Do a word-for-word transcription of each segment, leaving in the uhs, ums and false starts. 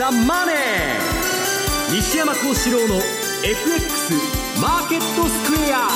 ザ・マネー」西山幸四郎の エフエックス マーケットスクエア。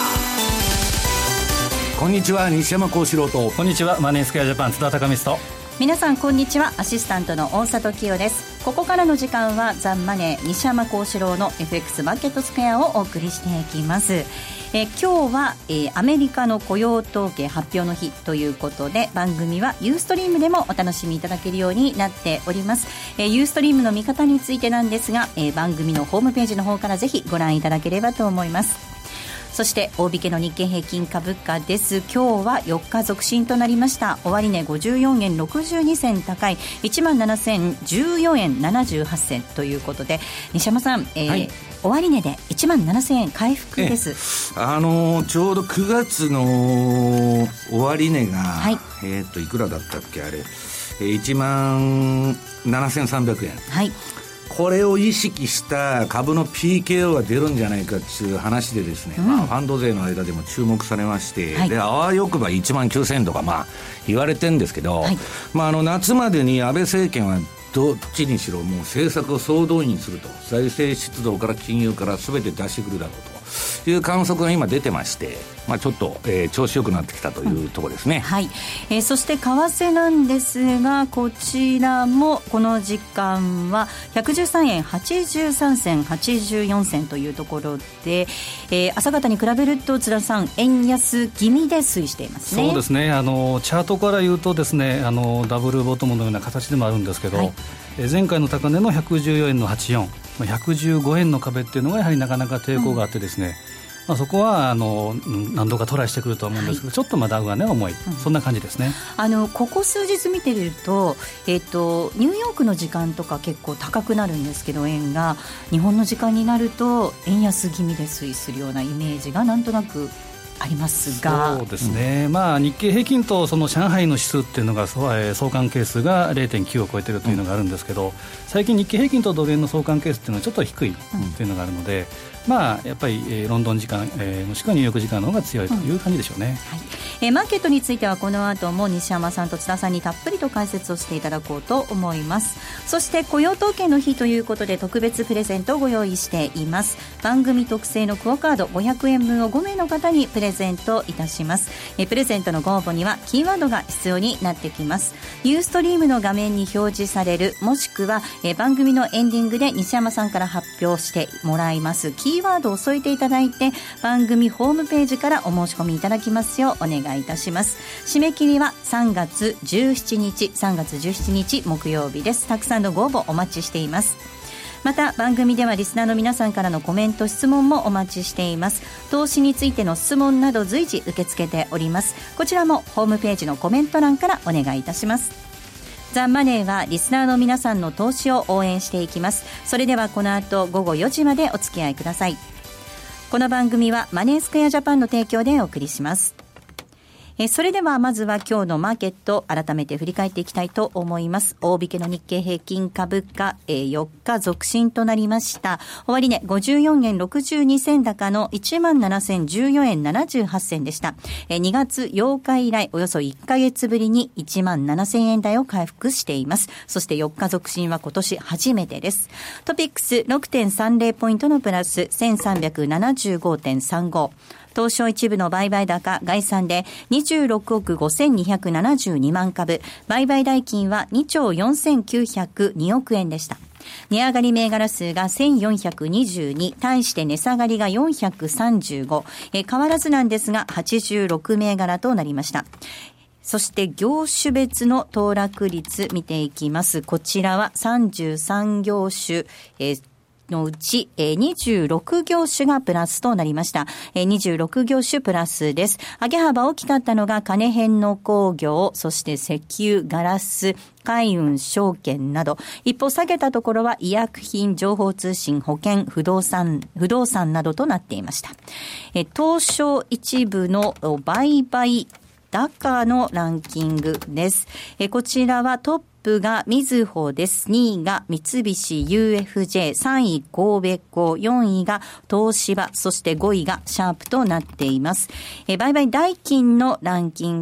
こんにちは、西山幸四郎と。 こんにちは、マネースクエアジャパン津田隆光と。 皆さんこんにちは、アシスタントの大里清です。ここからの時間はザ・マネー西山幸四郎の エフエックス マーケットスクエアをお送りしていきます。え今日は、えー、アメリカの雇用統計発表の日ということで、番組はユーストリームでもお楽しみいただけるようになっております。えー、ユーストリームの見方についてなんですが、えー、番組のホームページの方からぜひご覧いただければと思います。そして大引けの日経平均株価です。今日はよっか続伸となりました。終値ごじゅうよんえんろくじゅうに銭高い いちまんななせんじゅうよんえんななじゅうはち銭ということで、西山さん、えーはい、終値でいちまんななせんえん回復です。 あのー、ちょうどくがつの終値が、はい、えー、っといくらだったっけ、あれいちまんななせんさんびゃくえん、はい、これを意識した株の ピーケーオー が出るんじゃないかっていう話でですね、うん、まあ、ファンド勢の間でも注目されまして、はい、であわよくばいちまんきゅうせんえんとかまあ言われてるんですけど、はい、まあ、あの夏までに安倍政権はどっちにしろもう政策を総動員すると、財政出動から金融から全て出してくるだろうという観測が今出てまして、まあ、ちょっと、えー、調子よくなってきたというところですね、うん、 はい。えー、そして為替なんですが、こちらもこの時間はひゃくじゅうさんえんはちじゅうさん銭はちじゅうよん銭というところで、えー、朝方に比べると津田さん、円安気味で推移していますね。 そうですね、あのチャートから言うとですね、あのダブルボトムのような形でもあるんですけど、はい、えー、前回の高値のひゃくじゅうよんえんのはちじゅうよん、ひゃくじゅうごえんの壁っていうのがやはりなかなか抵抗があってですね、うん、まあ、そこはあの何度かトライしてくると思うんですけど、はい、ちょっとまだ上値は重い、うん、そんな感じですね。 あのここ数日見てみると、えーと、ニューヨークの時間とか結構高くなるんですけど、円が日本の時間になると円安気味で推移するようなイメージがなんとなくありますが、 そうですね、うん、まあ、日経平均とその上海の指数っていうのが相関係数が れいてんきゅう を超えているというのがあるんですけど、うん、最近日経平均とドル円の相関係数っていうのはちょっと低いというのがあるので、うん、まあ、やっぱり、えー、ロンドン時間、えー、もしくはニューヨーク時間の方が強いという感じでしょうね、うん、はい。 えー、マーケットについてはこの後も西山さんと津田さんにたっぷりと解説をしていただこうと思います。そして雇用統計の日ということで特別プレゼントをご用意しています。番組特製のクオカードごひゃくえんぶんをごめいの方にプレゼントいたします。えー、プレゼントのご応募にはキーワードが必要になってきます。ユーストリームの画面に表示される、もしくは、えー、番組のエンディングで西山さんから発表してもらいますキーワードを添えていただいて、番組ホームページからお申し込みいただきますようお願いいたします。締め切りはさんがつじゅうしちにちさんがつじゅうしちにち木曜日です。たくさんのご応募お待ちしています。また番組ではリスナーの皆さんからのコメント質問もお待ちしています。投資についての質問など随時受け付けております。こちらもホームページのコメント欄からお願いいたします。ザ・マネーはリスナーの皆さんの投資を応援していきます。それではこの後ごごよじまでお付き合いください。この番組はマネースクエアジャパンの提供でお送りします。えそれではまずは今日のマーケット改めて振り返っていきたいと思います。大引けの日経平均株価、えー、よっか続伸となりました。終値ごじゅうよんえんろくじゅうに銭高の いちまんななせんじゅうよんえんななじゅうはち銭でした。えー、にがつようか以来およそいっかげつぶりにいちまんななせんえん台を回復しています。そしてよっか続伸は今年初めてです。トピックス ろくてんさんぜろ ポイントのプラス せんさんびゃくななじゅうごてんさんご、東証一部の売買高概算でにじゅうろくおくごせんにひゃくななじゅうにまんかぶ、売買代金はにちょうよんせんきゅうひゃくにおくえんでした。値上がり銘柄数がせんよんひゃくにじゅうに、対して値下がりがよんひゃくさんじゅうご、え変わらずなんですがはちじゅうろくめいがらとなりました。そして業種別の騰落率見ていきます。こちらはさんじゅうさんぎょうしゅ、えーのうち、えー、にじゅうろくぎょうしゅがプラスとなりました。えー、にじゅうろくぎょうしゅプラスです。上げ幅大きかったのが金編の工業、そして石油、ガラス、海運、証券など、一方下げたところは医薬品、情報通信、保険、不動産、不動産などとなっていました。えー、東証一部の売買高のランキングです。えー、こちらはトップトップがみずほです。にいが三菱 ユーエフジェー、さんい神戸港、よんいが東芝、そしてごいがシャープとなっています。え売買代金のランキング、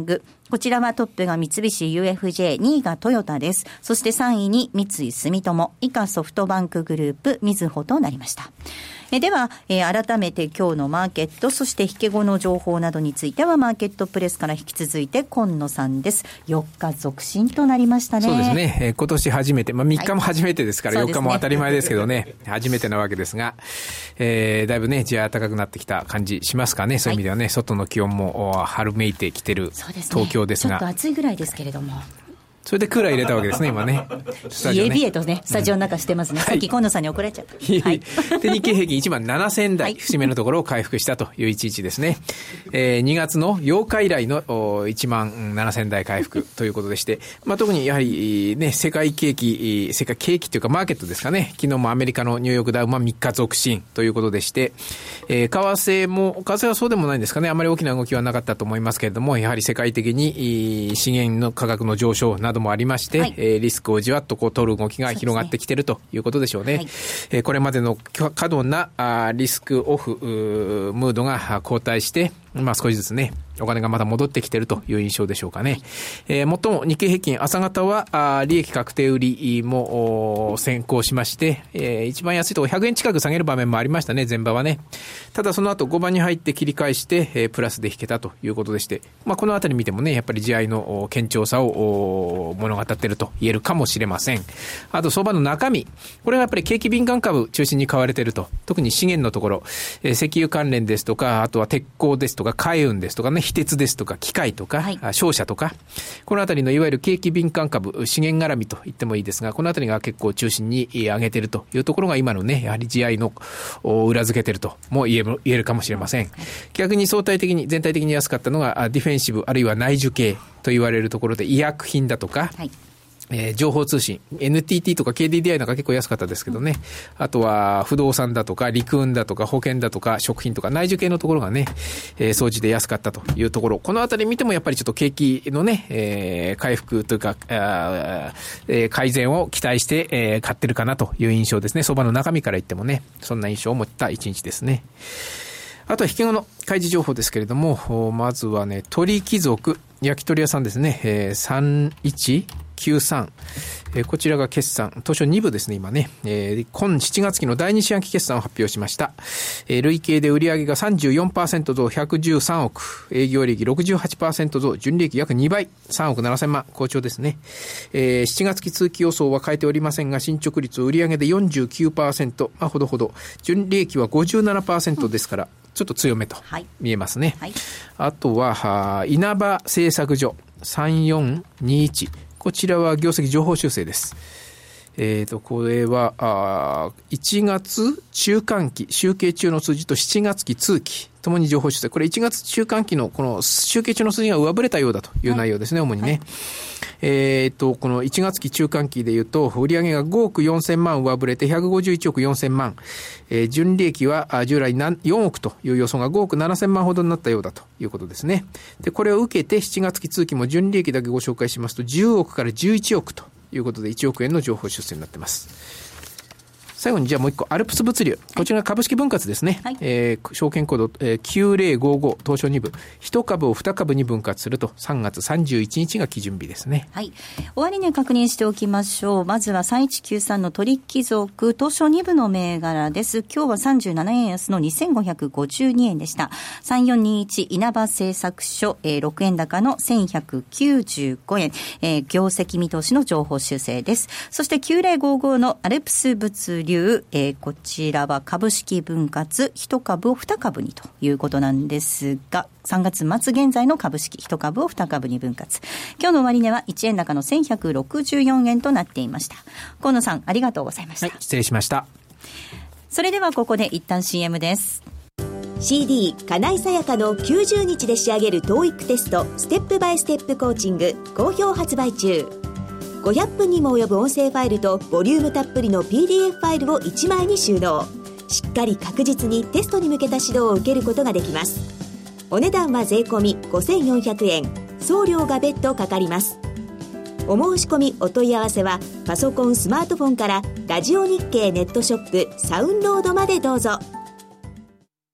こちらはトップが三菱 ユーエフジェー、にいがトヨタです。そしてさんいに三井住友、以下ソフトバンクグループ、みずほとなりました。えでは、えー、改めて今日のマーケット、そして引け後の情報などについてはマーケットプレスから引き続いて今野さんです。よっか続伸となりましたね。 そうですね、えー、今年初めて、まあ、みっかも初めてですから、はい、よっかも当たり前ですけどね、初めてなわけですが、えー、だいぶねじわ高くなってきた感じしますかね。そういう意味ではね、はい、外の気温も春めいてきてる東京ですが、 ちょっと暑いぐらいですけれども、 それでクーラー入れたわけですね、今ね。 冷え冷えとね、スタジオの中してますね。うん、さっき今野さんに怒られちゃった。はい、 で、日経平均いちまんななせん台、節目のところを回復したといういちいちですね。えー、にがつのようか以来のいちまんななせん台回復ということでして、まあ、特にやはりね、世界景気、世界景気というかマーケットですかね。昨日もアメリカのニューヨークダウはみっか続伸ということでして、えー、為替も、為替はそうでもないんですかね。あまり大きな動きはなかったと思いますけれども、やはり世界的に資源の価格の上昇などもありまして、はい、えー、リスクをじわっとこう取る動きが広がってきているということでしょうね。はい、えー、これまでの過度なあリスクオフムードが後退して、まあ、少しずつねお金がまた戻ってきているという印象でしょうかね。えー、もっとも日経平均朝方はあ利益確定売りも先行しまして、えー、一番安いところひゃくえん近く下げる場面もありましたね、前場はね。ただその後ごばんに入って切り返して、えー、プラスで引けたということでして、まあ、このあたり見てもねやっぱり地合いの堅調さを物語っていると言えるかもしれません。あと相場の中身、これはやっぱり景気敏感株中心に買われていると。特に資源のところ、えー、石油関連ですとか、あとは鉄鋼ですとか海運ですとかね、非鉄ですとか機械とか、はい、商社とか、このあたりのいわゆる景気敏感株、資源絡みと言ってもいいですが、このあたりが結構中心に上げているというところが今のねやはり地合いの裏付けているとも言える、言えるかもしれません。はい、逆に相対的に全体的に安かったのがディフェンシブあるいは内需系と言われるところで、医薬品だとか、はい、えー、情報通信 エヌティーティー とか ケーディーディーアイ なんか結構安かったですけどね、うん、あとは不動産だとか陸運だとか保険だとか食品とか内需系のところがね、えー、総じて安かったというところ、このあたり見てもやっぱりちょっと景気のね、えー、回復というかあ、えー、改善を期待して、えー、買ってるかなという印象ですね。相場の中身から言ってもねそんな印象を持った一日ですね。あとは引け後の開示情報ですけれども、まずはね鳥貴族焼き鳥屋さんですね、えー、さんいちきゅうさん、えー、こちらが決算東証に部ですね今ね、えー、今しちがつ期のだいに四半期決算を発表しました。えー、累計で売上が さんじゅうよんパーセント 増ひゃくじゅうさんおく、営業利益 ろくじゅうはちパーセント 増、純利益約にばいさんおくななせんまん、好調ですね。えー、しちがつ期通期予想は変えておりませんが進捗率売上で よんじゅうきゅうパーセント、まあ、ほどほど、純利益は ごじゅうななパーセント ですから、うん、ちょっと強めと見えますね。はいはい、あとは稲葉製作所さんよんにいち、こちらは業績情報修正です。えーと、これは、あいちがつ中間期、集計中の数字としちがつ期通期、ともに情報修正。これいちがつ中間期のこの集計中の数字が上振れたようだという内容ですね、はい、主にね。はい、えーと、このいちがつ期中間期でいうと、売上がごおくよんせんまん上振れてひゃくごじゅういちおくよんせんまん。えー、純利益は従来よんおくという予想がごおくななせんまんほどになったようだということですね。で、これを受けてしちがつ期通期も純利益だけご紹介しますと、じゅうおくからじゅういちおくということでいちおくえんの情報修正になっています。最後にじゃあもう一個アルプス物流、こちらが株式分割ですね。はい、えー、証券コード、えー、きゅうぜろごご東証に部、いち株をに株に分割するとさんがつさんじゅういちにちが基準日ですね。 はい、終値確認しておきましょう。まずはさんいちきゅうさんの取引属東証に部の銘柄です。今日はさんじゅうななえん安のにせんごひゃくごじゅうにえんでした。さんよんにいち稲葉製作所、えー、ろくえん高のせんひゃくきゅうじゅうごえん、えー、業績見通しの情報修正です。そしてきゅうぜろごごのアルプス物流、えーこちらは株式分割いち株をに株にということなんですが、さんがつ末現在の株式いち株をに株に分割、今日の終値はいちえん高のせんひゃくろくじゅうよんえんとなっていました。河野さんありがとうございました。 はい、失礼しました。 それではここで一旦 シーエム です。 シーディー 金井さやかのきゅうじゅうにちで仕上げる トーイック テストステップバイステップコーチング好評発売中。ごひゃっぷんにも及ぶ音声ファイルとボリュームたっぷりの ピーディーエフ ファイルをいちまいに収納。しっかり確実にテストに向けた指導を受けることができます。お値段は税込みごせんよんひゃくえん、送料が別途かかります。お申し込みお問い合わせはパソコンスマートフォンからラジオ日経ネットショップサウンロードまでどうぞ。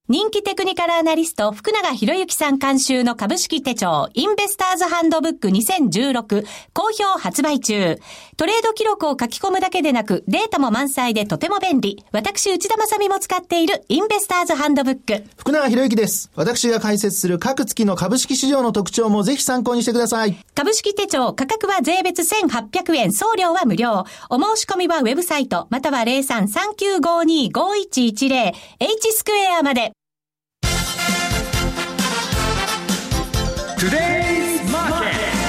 人気テクニカルアナリスト福永博之さん監修の株式手帳インベスターズハンドブックにせんじゅうろく好評発売中。トレード記録を書き込むだけでなくデータも満載でとても便利。私内田まさみも使っているインベスターズハンドブック。 福永博之です。私が解説する各月の株式市場の特徴もぜひ参考にしてください。 株式手帳価格は税別せんはっぴゃくえん、送料は無料。お申し込みはウェブサイトまたは ゼロさん さんきゅうごに ごいちいちゼロ H スクエアまで。 トゥデイズマーケッ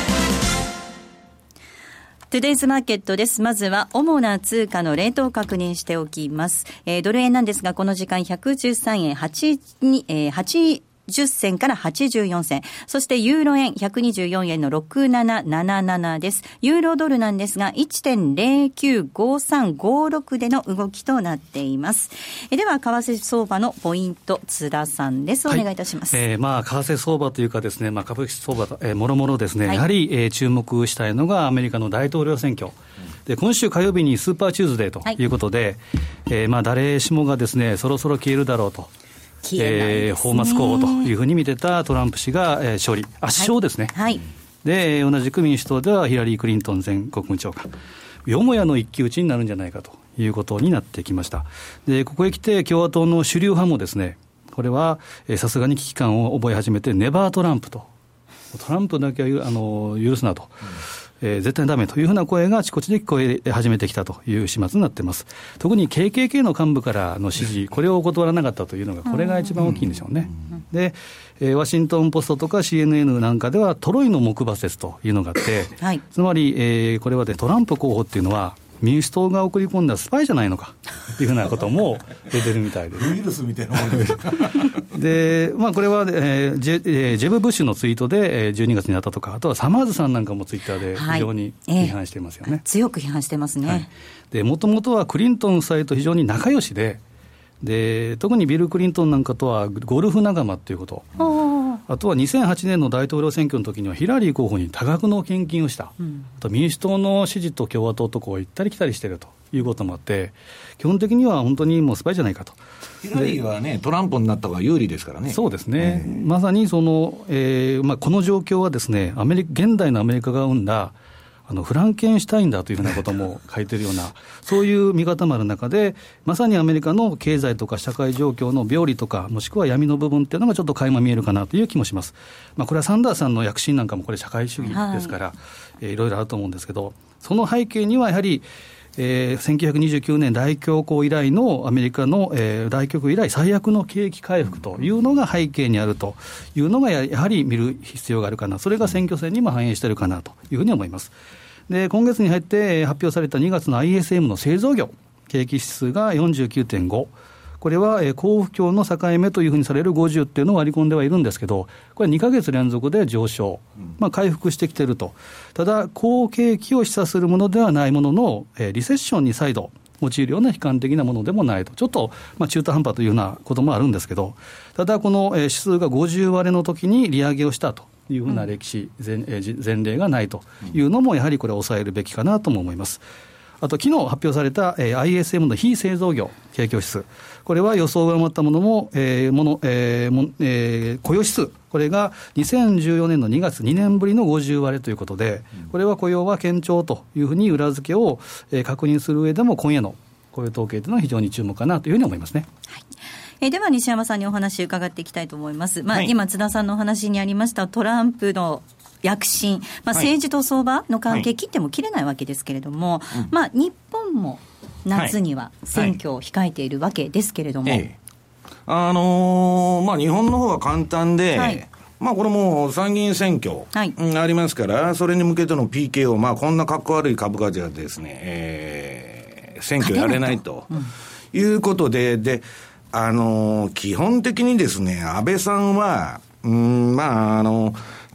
ト。 トゥデイズマーケットです。まずは主な通貨のレートを確認しておきます。えー、ドル円なんですがこの時間ひゃくじゅうさんえんはちじゅう、えー、はちじゅっせんからはちじゅうよんせん。そしてユーロ円ひゃくにじゅうよんえんのろくななななななです。ユーロドルなんですが いちてんゼロきゅうごさんごろく での動きとなっています。えでは為替相場のポイント津田さんです。お願いいたします。 はい、えー、まあ為替相場というかですね、まあ株式相場えー、もろもろですね、はい、やはり、えー、注目したいのがアメリカの大統領選挙。で今週火曜日にスーパーチューズデーということで、はい、えー、まあ誰しもがですねそろそろ消えるだろうと。えー、泡沫候補というふうに見てたトランプ氏が、えー、勝利圧勝ですね、はいはい、で同じく民主党ではヒラリー・クリントン前国務長官よもやの一騎打ちになるんじゃないかということになってきました。でここへ来て共和党の主流派もですねこれはさすがに危機感を覚え始めてネバートランプとトランプだけはあの許すなと、うんえー、絶対にダメというふうな声があちこちで聞こえ始めてきたという始末になっています。特に ケーケーケー の幹部からの指示これを断らなかったというのがこれが一番大きいんでしょうね。で、えー、ワシントンポストとか シーエヌエヌ なんかではトロイの木馬説というのがあって、はい、つまり、えー、これはでトランプ候補っていうのは民主党が送り込んだスパイじゃないのかというふうなことも出てるみたいです。 ウイルスみたいなものですで、まあ、これは、えージェえー、ジェブ・ブッシュのツイートで、えー、じゅうにがつにあったとかあとはサマーズさんなんかもツイッターで非常に批判していますよね、はいえー、 強く批判してますね、はい、 でもともとはクリントン夫妻と非常に仲良しで、で特にビル・クリントンなんかとはゴルフ仲間ということ、あとはにせんはちねんの大統領選挙の時にはヒラリー候補に多額の献金をした、うん、あと民主党の支持と共和党とこう行ったり来たりしているということもあって基本的には本当にもうスパイじゃないかと。 ヒラリーはねトランプになった方が有利ですからね。 そうですね、えー、まさにその、えーまあ、この状況はですねアメリカ現代のアメリカが生んだあのフランケンシュタインだというふうなことも書いているようなそういう見方もある中でまさにアメリカの経済とか社会状況の病理とかもしくは闇の部分っていうのがちょっと垣間見えるかなという気もします、まあ、これはサンダースさんの躍進なんかもこれ社会主義ですから、はいえー、いろいろあると思うんですけどその背景にはやはりえー、せんきゅうひゃくにじゅうきゅうねん大恐慌以来のアメリカの、えー、大恐慌以来最悪の景気回復というのが背景にあるというのが や, やはり見る必要があるかな。それが選挙戦にも反映しているかなというふうに思います。で今月に入って発表されたにがつの アイエスエム の製造業景気指数が よんじゅうきゅうてんご、これは好不況の境目というふうにされるごじゅうっていうのを割り込んではいるんですけどこれにかげつ連続で上昇、まあ、回復してきていると。ただ好景気を示唆するものではないもののリセッションに再度用いるような悲観的なものでもないとちょっとまあ中途半端というようなこともあるんですけどただこの指数がごじゅう割れの時に利上げをしたというふうな歴史、うん、前, 前例がないというのもやはりこれを抑えるべきかなとも思います。あと昨日発表された、えー、アイエスエム の非製造業景況指数これは予想を上回ったものも、えーものえーもえー、雇用指数これがにせんじゅうよねんのにがつにねんぶりのごじゅう割れということでこれは雇用は堅調というふうに裏付けを、えー、確認する上でも今夜の雇用統計というのは非常に注目かなというふうに思いますね。 はいえー、では西山さんにお話伺っていきたいと思います、まあはい、今津田さんのお話にありましたトランプの躍進、まあ、政治と相場の関係、はい、切っても切れないわけですけれども、はいまあ、日本も夏には選挙を控えているわけですけれども、はいはいええあのーまあ、日本の方は簡単で、はいまあ、これも参議院選挙、はい、ありますからそれに向けての ピーケーオー、まあ、こんなかっこ悪い株価じゃですね、えー、選挙やれないということで、であのー、基本的にですね安倍さんはうんまああの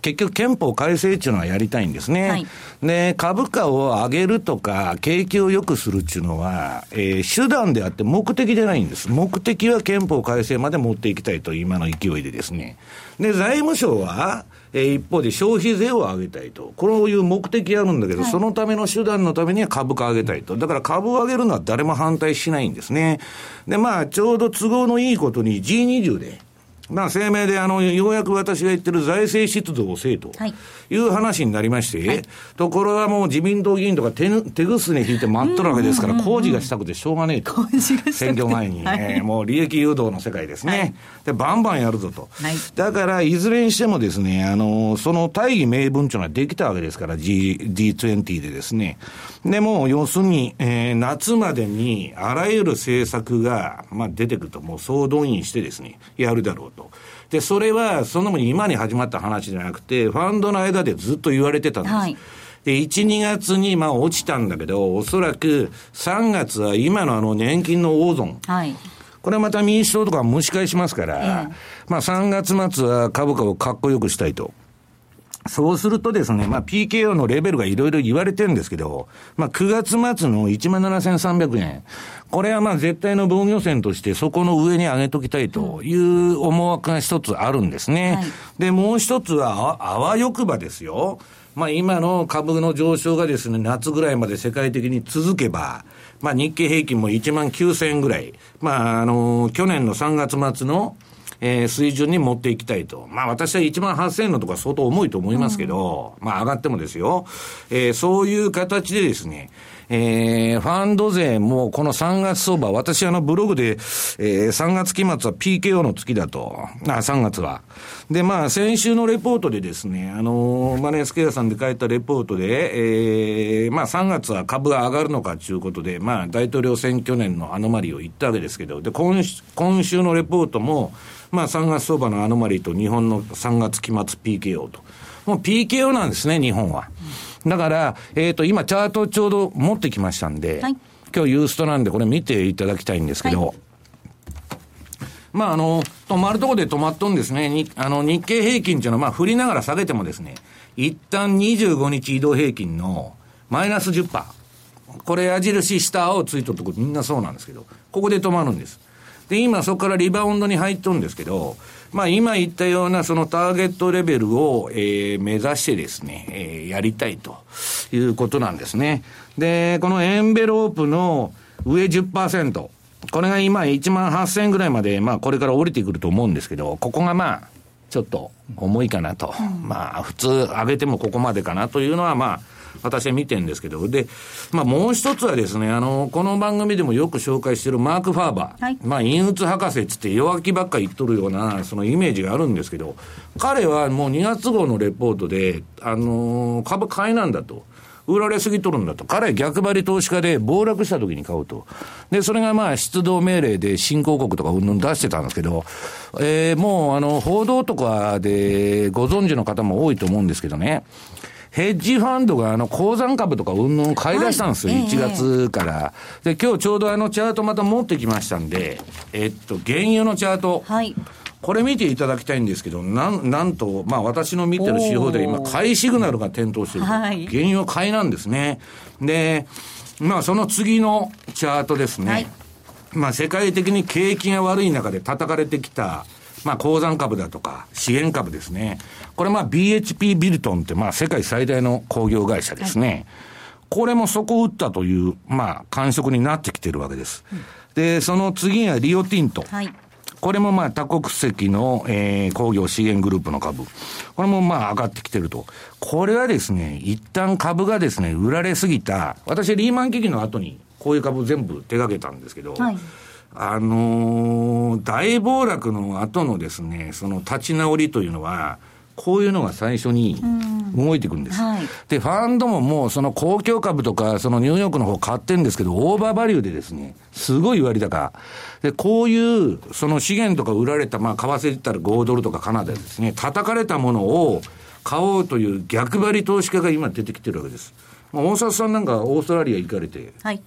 結局憲法改正っていうのはやりたいんですね。はい、で、株価を上げるとか、景気を良くするっていうのは、えー、手段であって目的じゃないんです。目的は憲法改正まで持っていきたいと、今の勢いでですね。で、財務省は、えー、一方で消費税を上げたいと。こういう目的あるんだけど、はい、そのための手段のためには株価上げたいと。だから株を上げるのは誰も反対しないんですね。で、まあ、ちょうど都合のいいことに ジーにじゅう で、まあ、声明であのようやく私が言ってる財政出動をせえという話になりまして、はい、ところがもう自民党議員とか 手, 手ぐすね引いて待っとるわけですから、工事がしたくてしょうがねえと、選挙前に、はい、えー、もう利益誘導の世界ですね、はい、でバンバンやるぞと、はい、だからいずれにしてもですね、あのその大義名分というのはできたわけですから、 G、ジーにじゅう でですね。でも要するに、えー、夏までにあらゆる政策が、まあ、出てくると、もう総動員してですねやるだろうと。で、それは、その今に始まった話じゃなくて、ファンドの間でずっと言われてたんです。はい、で、いち、にがつに、まあ、落ちたんだけど、おそらくさんがつは今のあの年金の大損。はい。これはまた民主党とか蒸し返しますから、ええ、まあ、さんがつ末は株価をかっこよくしたいと。そうするとですね、まあ ピーケーオー のレベルがいろいろ言われてるんですけど、まあくがつ末の いちまんななせんさんびゃくえん。これはまあ絶対の防御線としてそこの上に上げときたいという思惑が一つあるんですね。はい、で、もう一つはあ、あわよくばですよ。まあ今の株の上昇がですね、夏ぐらいまで世界的に続けば、まあ日経平均もいちまんきゅうせんえんぐらい。まああの、去年のさんがつ末のえー、水準に持っていきたいと。まあ私はいちまんはっせんえんのとか相当重いと思いますけど、うん、まあ上がってもですよ。えー、そういう形でですね、えー、ファンド税もこのさんがつ相場、私あのブログで、えー、さんがつ期末は ピーケーオー の月だと。あ、さんがつは。で、まあ先週のレポートでですね、あのー、マネースケアさんで書いたレポートで、えー、まあさんがつは株が上がるのかということで、まあ大統領選挙年のアノマリを言ったわけですけど、で、今週、今週のレポートも、まあさんがつ相場のアノマリと日本のさんがつ期末 ピーケーオー と。もう ピーケーオー なんですね、日本は。だから、えっと、今チャートちょうど持ってきましたんで、はい、今日ユーストなんでこれ見ていただきたいんですけど、はい、まああの、止まるところで止まっとんですね。にあの、日経平均っていうのはまあ振りながら下げてもですね、一旦にじゅうごにち移動平均のマイナス じゅっパーセント。これ矢印下青ついとるとこみんなそうなんですけど、ここで止まるんです。で、今そこからリバウンドに入っとるんですけど、まあ今言ったようなそのターゲットレベルを、えー、目指してですね、えー、やりたいということなんですね。で、このエンベロープの上 じゅっパーセント。これが今いちまんはっせんえんぐらいまで、まあこれから降りてくると思うんですけど、ここがまあちょっと重いかなと。うん、まあ普通上げてもここまでかなというのはまあ、私は見てるんですけど、で、まあもう一つはですね、あの、この番組でもよく紹介しているマーク・ファーバー。はい、まあ、陰鬱博士っつって弱気ばっかり言っとるような、そのイメージがあるんですけど、彼はもうにがつ号のレポートで、あのー、株買いなんだと。売られすぎとるんだと。彼は逆張り投資家で暴落した時に買うと。で、それがまあ出動命令で新興国とかうんぬん出してたんですけど、えー、もうあの、報道とかでご存知の方も多いと思うんですけどね。ヘッジファンドがあの鉱山株とかうんぬん買い出したんですよ、はい、いちがつから。で、今日ちょうどあのチャートまた持ってきましたんで、えっと、原油のチャート。はい。これ見ていただきたいんですけど、なん、なんと、まあ私の見てる指標で今、買いシグナルが点灯してる。はい。原油は買いなんですね。で、まあその次のチャートですね。はい。まあ世界的に景気が悪い中で叩かれてきた、まあ鉱山株だとか資源株ですね。これまあ ビーエイチピー ビルトンってまあ世界最大の工業会社ですね。はい、これも底を打ったというまあ感触になってきてるわけです。うん、で、その次がリオティント。はい、これもまあ多国籍の、えー、工業資源グループの株。これもまあ上がってきてると。これはですね、一旦株がですね、売られすぎた。私リーマン危機の後にこういう株全部手掛けたんですけど、はい、あのー、大暴落の後のですね、その立ち直りというのは、こういうのが最初に動いてくるんです。はい、で、ファンドももうその公共株とか、そのニューヨークの方買ってるんですけど、オーバーバリューでですね、すごい割高。で、こういう、その資源とか売られた、まあ、為替で言ったらごドルとかカナダですね、叩かれたものを買おうという逆張り投資家が今出てきてるわけです。まあ、大里さんなんかオーストラリア行かれて、はい。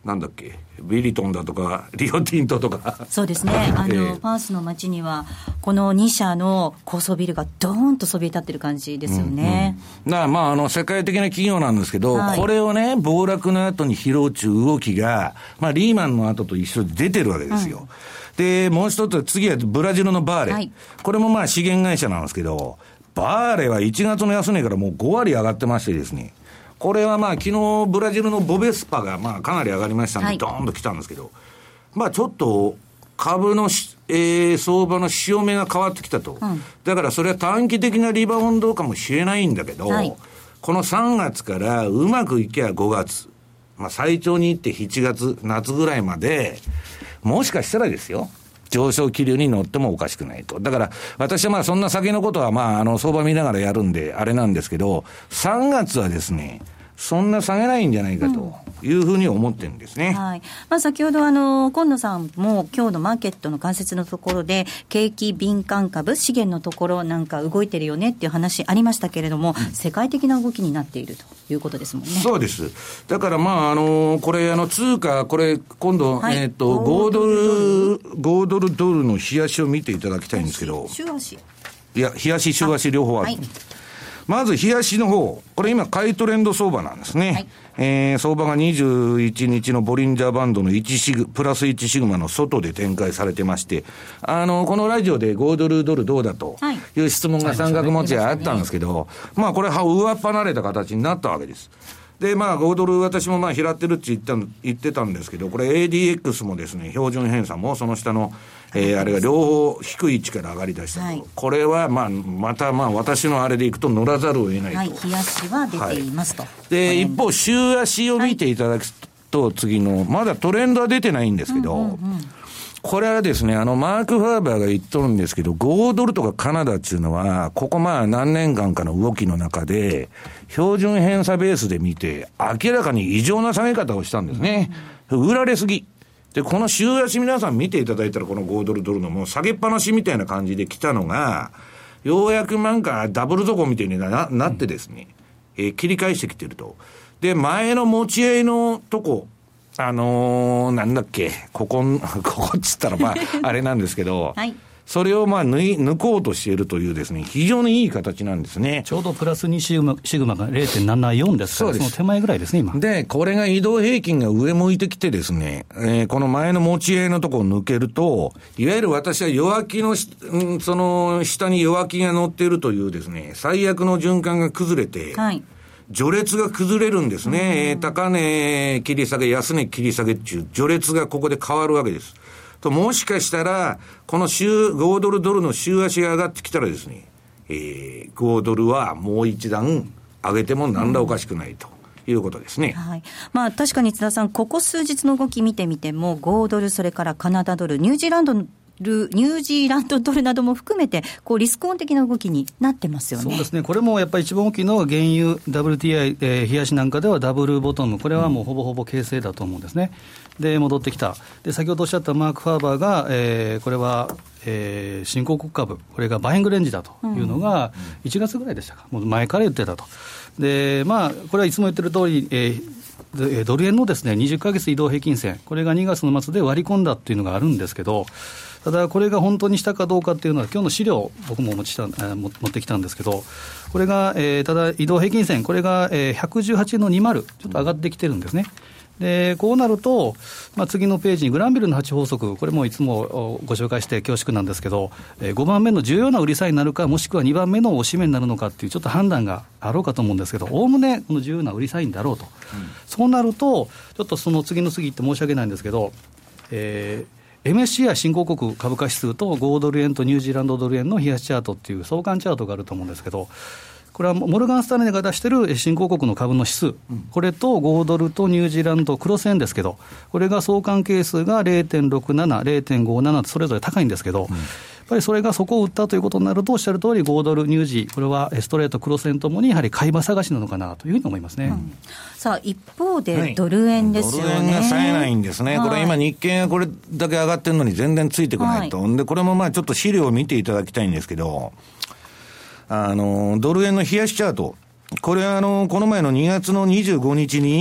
なんだっけ、ビリトンだとかリオティントとかそうですね、あの、えー、パースの街にはこのに社の高層ビルがドーンとそびえ立ってる感じですよね、 うんうん、だからまああの世界的な企業なんですけど、はい、これをね暴落の後に拾うちゅう動きが、まあ、リーマンの後と一緒に出てるわけですよ、うん、でもう一つ次はブラジルのバーレ、はい、これもまあ資源会社なんですけど、バーレはいちがつの安値からもうご割上がってましてですね、これはまあ昨日ブラジルのボベスパがまあかなり上がりましたんで、はい、ドーンと来たんですけど、まあちょっと株の、えー、相場の潮目が変わってきたと、うん、だからそれは短期的なリバウンドかもしれないんだけど、はい、このさんがつからうまくいけばごがつ、まあ最長に行ってしちがつ夏ぐらいまでもしかしたらですよ、上昇気流に乗ってもおかしくないと。だから私はまあそんな先のことはまああの相場見ながらやるんであれなんですけど、さんがつはですねそんな下げないんじゃないかというふうに思ってるんですね、 うんはいまあ、先ほどあの今野さんも今日のマーケットの解説のところで景気敏感株資源のところなんか動いてるよねっていう話ありましたけれども、うん、世界的な動きになっているということですもんね。 そうです。だからまああのこれあの通貨これ今度、はい、えっ、ー、とごドルごドルドルの日足を見ていただきたいんですけど、 週足いや日足週足両方ある。まず、日足の方、これ今、買いトレンド相場なんですね。はい、えー、相場がにじゅういちにちのボリンジャーバンドのいちシグ、プラスいちシグマの外で展開されてまして、あの、このラジオでごドルドルどうだという質問が三角持ちあったんですけど、はい、まあこれは上っ離れた形になったわけです。で、まあごドル私もまあ拾ってるって言った言ってたんですけど、これ エーディーエックス もですね、標準偏差もその下の、えー、あれが両方低い位置から上がり出したと、はい、これはまあまたまあ私のあれでいくと乗らざるを得ないと、はい、 日足は出ていますと、はい、 で一方週足を見ていただくと、次のまだトレンドは出てないんですけど、うんうんうん、これはですね、あのマーク・ファーバーが言っとるんですけど、ごドルとかカナダっていうのはここまあ何年間かの動きの中で標準偏差ベースで見て明らかに異常な下げ方をしたんですね、うん、売られすぎで、この週足皆さん見ていただいたら、このごドルドルのもう下げっぱなしみたいな感じで来たのが、ようやくなんかダブル底みたいに な, なってですね、うん、えー、切り返してきてると。で、前の持ち合いのとこ、あのー、なんだっけ、ここ、ここっつったらまあ、あれなんですけど、はい、それをまあ抜い、抜こうとしているというですね、非常にいい形なんですね。 ちょうどプラスにシグマ、シグマが ゼロテンななよん ですから、そ, その手前ぐらいですね、今。 で、これが移動平均が上向いてきてですね、えー、この前の持ち合いのところを抜けると、いわゆる私は弱気の、うん、その下に弱気が乗っているというですね、最悪の循環が崩れて、はい、序列が崩れるんですね。うん、高値切り下げ、安値切り下げっていう序列がここで変わるわけです。ともしかしたら、この週、ごドルドルの週足が上がってきたらですね、えー、ごドルはもう一段上げても何らおかしくないということですね。 うんはい、まあ確かに津田さん、ここ数日の動き見てみても、ごドル、それからカナダドル、ニュージーランドのニュージーランドドルなども含めてこうリスクオン的な動きになってますよね。 そうですね。これもやっぱり一番大きいのは原油 ダブリューティーアイ、えー、冷やしなんかではダブルボトム、これはもうほぼほぼ形成だと思うんですね。で戻ってきた。で先ほどおっしゃったマーク・ファーバーが、えー、これは、えー、新興国株、これがバイングレンジだというのがいちがつぐらいでしたか、もう前から言ってたと。でまあこれはいつも言ってる通り、えー、ドル円のですねにじゅっかげつ移動平均線、これがにがつの末で割り込んだっていうのがあるんですけど、ただこれが本当にしたかどうかっていうのは今日の資料僕も持ちた持ってきたんですけど、これが、えー、ただ移動平均線これが、えー、ひゃくじゅうはちえんのにじゅうちょっと上がってきてるんですね。でこうなると、まあ、次のページにグランビルのはち法則、これもいつもご紹介して恐縮なんですけど、えー、ごばんめの重要な売りサインになるか、もしくはにばんめの押し目になるのかっていうちょっと判断があろうかと思うんですけど、おおむねこの重要な売りサインだろうと、うん、そうなるとちょっとその次の次って申し訳ないんですけど、えーエムエスシーアイ 新興国株価指数とごドル円とニュージーランドドル円の冷やしチャートっていう相関チャートがあると思うんですけど、これはモルガンスタンレーが出してる新興国の株の指数、うん、これとごドルとニュージーランドクロス円ですけど、これが相関係数が ゼロテンろくなな、ゼロテンごなな とそれぞれ高いんですけど、うん、やっぱりそれがそこを打ったということになると、おっしゃる通りごドルニュージー、これはストレートクロス円ともにやはり買い場探しなのかなというふうに思いますね。うん、 さあ一方でドル円ですよね。はい、 ドル円が冴えないんですね。はい、これ今日経がこれだけ上がってるのに全然ついてこないと。はい、でこれもまあちょっと資料を見ていただきたいんですけど、あのドル円の冷やしチャート、これはあのこの前のにがつのにじゅうごにちに、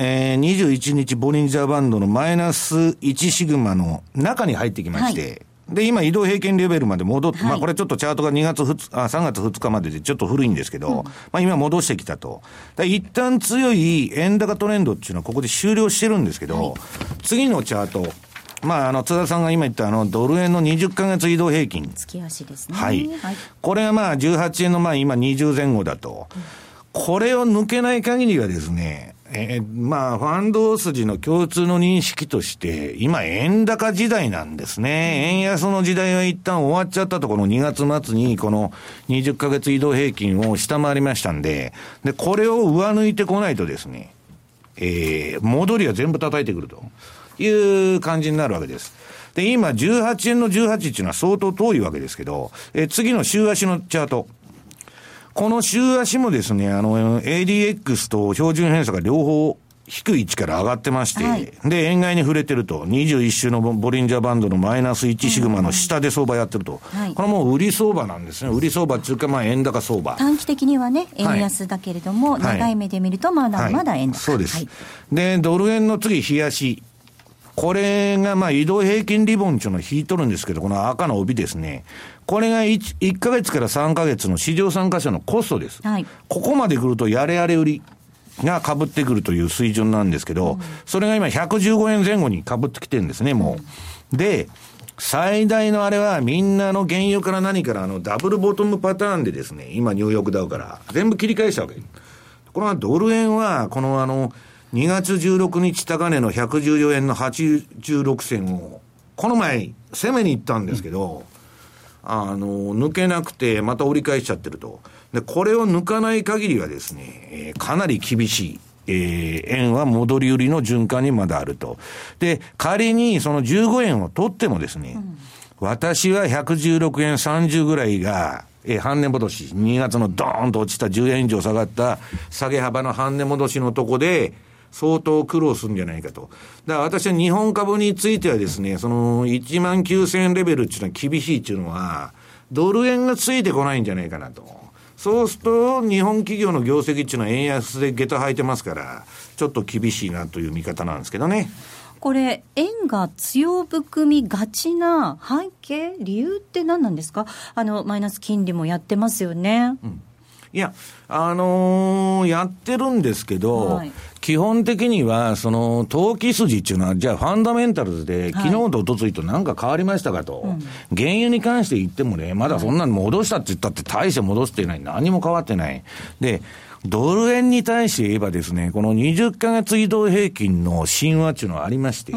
えー、にじゅういちにちボリンジャーバンドのマイナスいちシグマの中に入ってきまして、はいで、今移動平均レベルまで戻って、はい、まあこれちょっとチャートがにがつふつか、あ、さんがつふつかまででちょっと古いんですけど、うん、まあ今戻してきたと。だ一旦強い円高トレンドっていうのはここで終了してるんですけど、はい、次のチャート、まああの津田さんが今言ったあのドル円のにじゅっかげつ移動平均。 月足ですね。 はい。はい、これはまあじゅうはちえんのまあ今にじゅうぜん後だと。うん、これを抜けない限りはですね、えー、まあ、ファンド筋の共通の認識として、今、円高時代なんですね。円安の時代は一旦終わっちゃったところ、にがつ末にこのにじゅっかげつ移動平均を下回りましたんで、で、これを上抜いてこないとですね、えー、戻りは全部叩いてくるという感じになるわけです。で、今、じゅうはちえんのじゅうはちっていうのは相当遠いわけですけど、えー、次の週足のチャート。この週足もですね、あの、エーディーエックス と標準偏差が両方低い位置から上がってまして、はい、で、円買いに触れてると、にじゅういっ週のボリンジャーバンドのマイナスいちシグマの下で相場やってると。はい、これもう売り相場なんですね。売り相場っていうか、まあ円高相場。 短期的にはね、円安だけれども、はい、長い目で見ると、まだまだ円高。 はい、そうです、はい。で、ドル円の次、日足。これがまあ移動平均リボンっていうのを引いとるんですけど、この赤の帯ですね。これが 1, いっかげつからさんかげつの市場参加者のコストです。はい、ここまで来るとやれやれ売りが被ってくるという水準なんですけど、うん、それが今ひゃくじゅうごえんぜん後に被ってきてるんですね、もう。うん、で、最大のあれはみんなの原油から何からあのダブルボトムパターンでですね、今ニューヨークダウから全部切り返したわけ。これはドル円はこのあの、にがつじゅうろくにち高値のひゃくじゅうよえんのはちじゅうろくせんを、この前攻めに行ったんですけど、うん、あの、抜けなくてまた折り返しちゃってると。で、これを抜かない限りはですね、えー、かなり厳しい。えー、円は戻り売りの循環にまだあると。で、仮にそのじゅうごえんを取ってもですね、うん、私はひゃくじゅうろくえんさんじゅうぐらいが、えー、半値戻し、にがつのドーンと落ちたじゅうえん以上下がった下げ幅の半値戻しのとこで、相当苦労するんじゃないかと。だから私は日本株についてはですね、そのいちまんきゅうせんえんレベルっていうのは厳しいっていうのは、ドル円がついてこないんじゃないかなと。そうすると、日本企業の業績っていうのは円安で下駄履いてますから、ちょっと厳しいなという見方なんですけどね。 これ、円が強含みがちな背景、理由って何なんですか？あの、マイナス金利もやってますよね。うん、 いや、あのー、やってるんですけど、はい、基本的には、その、投機筋っていうのは、じゃあファンダメンタルズで、昨日と一昨日と何か変わりましたかと、はい、原油に関して言ってもね、まだそんなに戻したって言ったって大して戻してない。何も変わってない。で、ドル円に対して言えばですね、このにじゅっかげつ移動平均の神話っていうのがありまして、うん、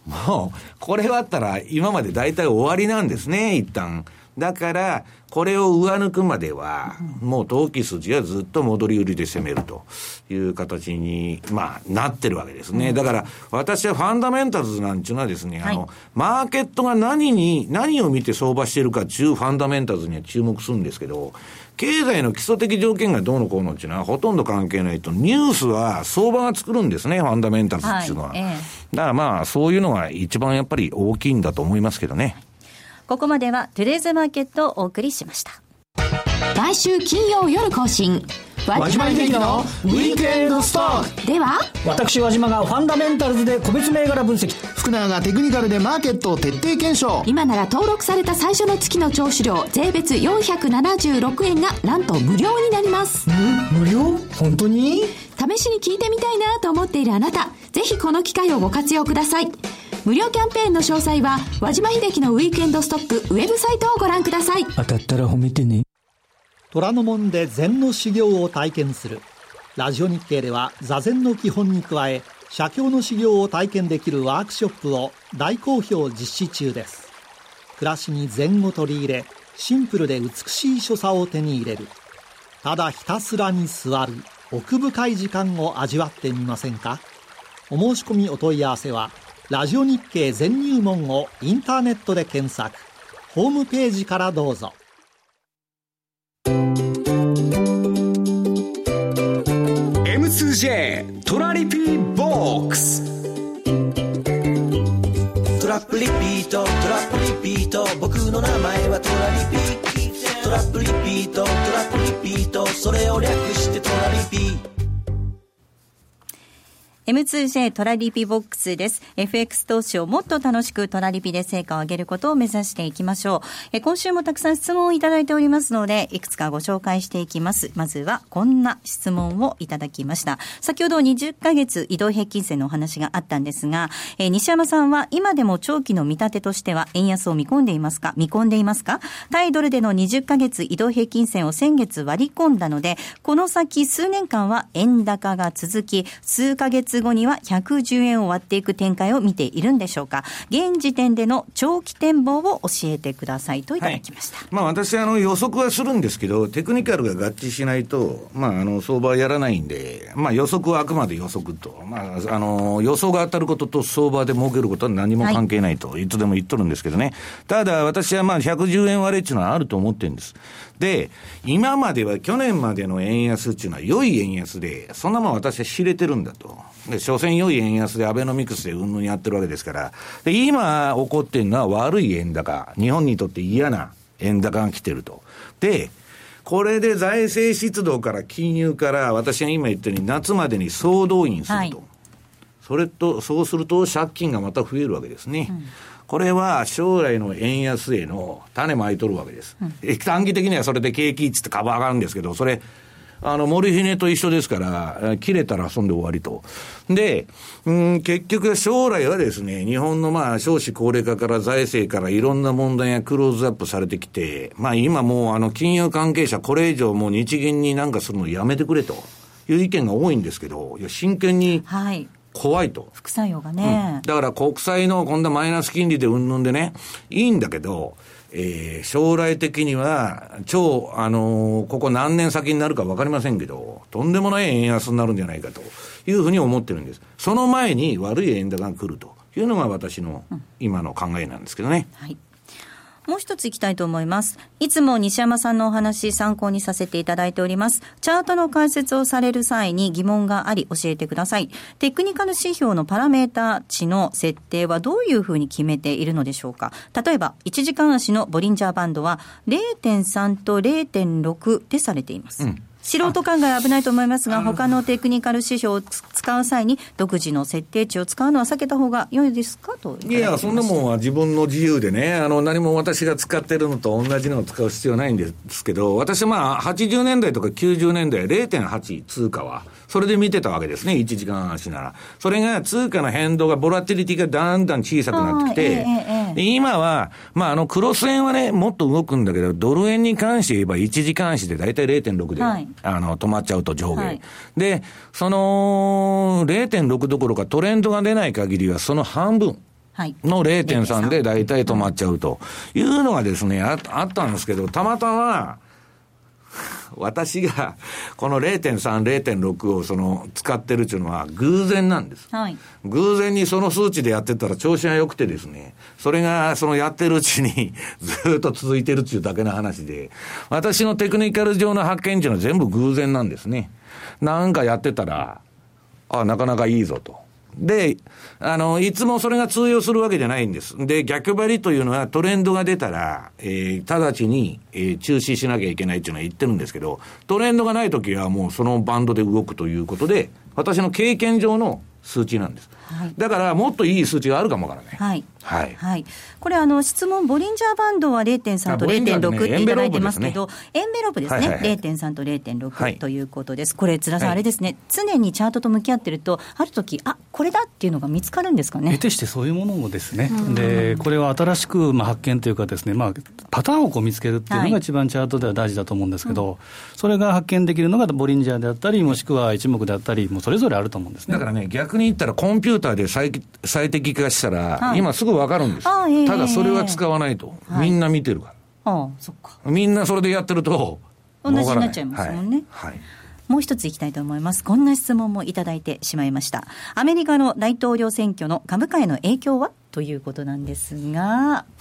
もう、これがあったら今まで大体終わりなんですね、一旦。だから、これを上抜くまでは、もう投機筋はずっと戻り売りで攻めるという形に、まあ、なってるわけですね。だから、私はファンダメンタルズなんていうのはですね、はい、あの、マーケットが何に、何を見て相場してるかっていうファンダメンタルズには注目するんですけど、経済の基礎的条件がどうのこうのっていうのはほとんど関係ないと、ニュースは相場が作るんですね、ファンダメンタルズっていうのは。はい、ええ、だからまあ、そういうのが一番やっぱり大きいんだと思いますけどね。 ここまではトゥデイズマーケットをお送りしました。 来週金曜夜更新、 和島秀樹のウィークエンドストックでは、 私和島がファンダメンタルズで個別銘柄分析、 福永がテクニカルでマーケットを徹底検証。 今なら登録された最初の月の聴取料税別よんひゃくななじゅうろくえんがなんと無料になります。 ん？無料？本当に？ 試しに聞いてみたいなと思っているあなた、ぜひこの機会をご活用ください。無料キャンペーンの詳細は和島秀樹のウィークエンドストックウェブサイトをご覧ください。 当たったら褒めてね。 虎ノ門で禅の修行を体験する。ラジオ日経では座禅の基本に加え、写経の修行を体験できるワークショップを大好評実施中です。暮らしに禅を取り入れ、シンプルで美しい所作を手に入れる。ただひたすらに座る奥深い時間を味わってみませんか？お申し込みお問い合わせはラジオ日経全入門をインターネットで検索、ホームページからどうぞ。 エムツージェー トラリピーボックス。 トラップリピート、トラップリピート、僕の名前はトラリピ。トラップリピート、トラップリピート、それを略してトラリピ。 エムツージェー トラリピボックスです。 エフエックス 投資をもっと楽しくトラリピで成果を上げることを目指していきましょう。え今週もたくさん質問をいただいておりますので、いくつかご紹介していきます。まずはこんな質問をいただきました。先ほどにじゅっかげつ移動平均線のお話があったんですが、え西山さんは今でも長期の見立てとしては円安を見込んでいますか見込んでいますか。対ドルでのにじゅっかげつ移動平均線を先月割り込んだので、この先数年間は円高が続き、数ヶ月後にはひゃくじゅうえんを割っていく展開を見ているんでしょうか。現時点での長期展望を教えてくださいといただきました。はい、 まあ、私あの予測はするんですけど、テクニカルが合致しないと、まあ、あの相場はやらないんで、まあ、予測はあくまで予測と、まあ、あの予想が当たることと相場で儲けることは何も関係ないと、はい、いつでも言っとるんですけどね。ただ私はまあひゃくじゅうえん割れっていうのはあると思ってるんです。で、今までは去年までの円安っていうのは良い円安で、そんなもん私は知れてるんだと。で、所詮良い円安でアベノミクスでうんぬんやってるわけですから。で、今起こってるのは悪い円高。日本にとって嫌な円高が来てると。で、これで財政出動から金融から私が今言ったように夏までに総動員すると。はい、それと、そうすると借金がまた増えるわけですね。うん、これは将来の円安への種まいとるわけです。うん、短期的にはそれで景気っつって株上がるんですけど、それ、あの、森ひねと一緒ですから、切れたら遊んで終わりと。で、うん、結局将来はですね、日本のまあ少子高齢化から財政からいろんな問題がクローズアップされてきて、まあ今もうあの金融関係者これ以上もう日銀になんかするのやめてくれという意見が多いんですけど、いや真剣に、はい。怖いと。 副作用がね、 うん。だから国債の今度はマイナス金利でうんぬんでね、いいんだけど、えー、将来的には超、あのー、ここ何年先になるか分かりませんけど、とんでもない円安になるんじゃないかというふうに思ってるんです。その前に悪い円高が来るというのが私の今の考えなんですけどね。 うん、はい。もう一ついきたいと思います。いつも西山さんのお話参考にさせていただいております。チャートの解説をされる際に疑問があり教えてください。テクニカル指標のパラメータ値の設定はどういうふうに決めているのでしょうか。例えばいちじかん足のボリンジャーバンドは ゼロテンさん と ゼロテンろく でされています。うん、素人考え危ないと思いますが、他のテクニカル指標を使う際に独自の設定値を使うのは避けた方が良いですかと。 いや、そんなもんは自分の自由でね、あの何も私が使ってるのと同じのを使う必要ないんですけど、私はまあはちじゅうねんだいとかきゅうじゅうねんだい ゼロテンはち 通貨はそれで見てたわけですね。いちじかん足ならそれが通貨の変動がボラティリティがだんだん小さくなってきて、えーえー、今はまああのクロス円はねもっと動くんだけど、ドル円に関して言えばいちじかん足でだいたい ゼロテンろく で、はい、あの止まっちゃうと上下、はい、でその ゼロテンろく どころかトレンドが出ない限りはその半分の ゼロテンさん でだいたい止まっちゃうというのがですね あ, あったんですけど、たまたま私がこの ゼロテンさん、ゼロテンろく をその使ってるっていうのは偶然なんです、はい、偶然にその数値でやってたら調子が良くてですね、それがそのやってるうちにずっと続いてるっていうだけの話で、私のテクニカル上の発見っていうのは全部偶然なんですね。なんかやってたらあなかなかいいぞと。で、あの、いつもそれが通用するわけじゃないんです。で、逆張りというのはトレンドが出たら、えー、直ちに、えー、中止しなきゃいけないっていうのは言ってるんですけど、トレンドがないときはもうそのバンドで動くということで、私の経験上の数値なんです、はい、だからもっといい数値があるかもわからない、 はいはいはい、これあの質問ボリンジャーバンドは ゼロテンさん と ゼロテンろく っていただいてますけど、エンベロープですね、はいはいはい、ゼロテンさん と ゼロテンろく、はい、ということです。これ津田さん、はい、あれですね、常にチャートと向き合ってるとあるときあこれだっていうのが見つかるんですかね。 得てしてそういうものですね。でこれは新しくまあ発見というかですね、まあ、パターンをこう見つけるっていうのが一番チャートでは大事だと思うんですけど、はい、それが発見できるのがボリンジャーであったりもしくは一目であったりもうそれぞれあると思うんですね。 だからね、逆に言ったらコンピューターで 最, 最適化したら、はい、今すぐ分かるんです。あ、えー、ただそれは使わないと、はい、みんな見てるから、ああそっか、みんなそれでやってると同じになっちゃいますもんね、はいはい、もう一ついきたいと思います。こんな質問もいただいてしまいました。アメリカの大統領選挙の株価への影響はということなんですが、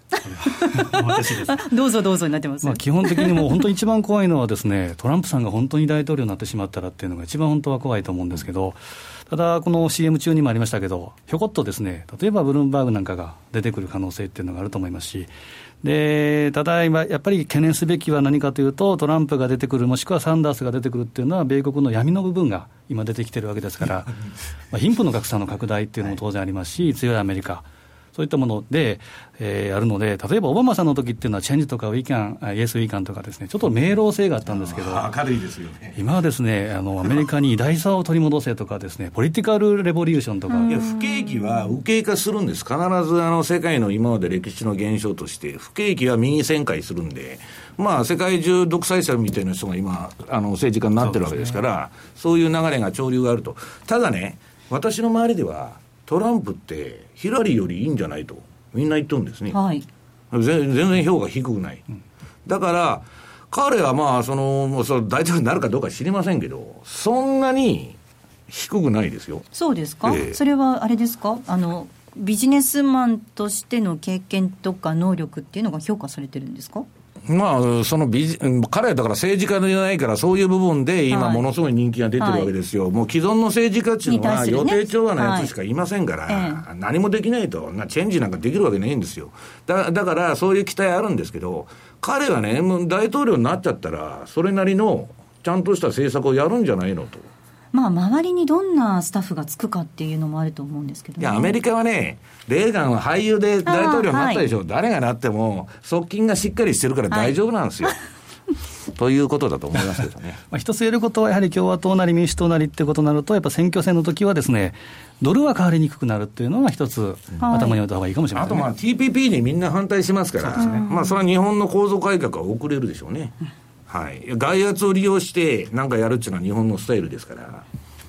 私ですどうぞどうぞになってます、 まあ、基本的にもう本当に一番怖いのはですねトランプさんが本当に大統領になってしまったらっていうのが一番本当は怖いと思うんですけど、ただこの シーエム 中にもありましたけど、ひょこっとですね例えばブルームバーグなんかが出てくる可能性っていうのがあると思いますし、でただ今やっぱり懸念すべきは何かというと、トランプが出てくるもしくはサンダースが出てくるっていうのは米国の闇の部分が今出てきてるわけですからまあ貧富の格差の拡大っていうのも当然ありますし、強いアメリカそういったもので、えー、あるので、例えばオバマさんの時っていうのはチェンジとかウィーキャン、イエスウィーキャンとかですね、ちょっと明朗性があったんですけど、 明るいですよね。 今はですね、あのアメリカに偉大さを取り戻せとかですね、ポリティカルレボリューションとか、 いや不景気は右傾化するんです。必ずあの世界の今まで歴史の現象として不景気は右旋回するんで、まあ世界中独裁者みたいな人が今あの政治家になってるわけですから、そうですね、そういう流れが潮流があると。ただね、私の周りではトランプってヒラリーよりいいんじゃないとみんな言ってるんですね、 はい、 全然評価低くない、うん、だから彼はまあそのもうその大統領になるかどうか知りませんけど、そんなに低くないですよ。 そうですか、 えー、それはあれですか、あのビジネスマンとしての経験とか能力っていうのが評価されてるんですか。 まあ、そのビジ彼はだから政治家ではないから、そういう部分で今ものすごい人気が出てるわけですよ、はい、もう既存の政治家っていうのは予定調和のやつしかいませんから、はい、何もできないと、チェンジなんかできるわけないんですよ。 だ, だからそういう期待あるんですけど、彼はねもう大統領になっちゃったらそれなりのちゃんとした政策をやるんじゃないのと。 まあ、周りにどんなスタッフがつくかっていうのもあると思うんですけど、ね、 いやアメリカはね、レーガンは俳優で大統領になったでしょ、はい、誰がなっても側近がしっかりしてるから大丈夫なんですよ、はい、ということだと思いますけどねまあ一つ言えることはやはり共和党なり民主党なりってことになると、やっぱ選挙戦の時はですねドルは変わりにくくなるっていうのが一つ頭に置いた方がいいかもしれません、ね、 あとまあ ティーピーピー にみんな反対しますから、 そ, ね、まあ、それは日本の構造改革は遅れるでしょうね、はい、外圧を利用して何かやるっていうのは日本のスタイルですから。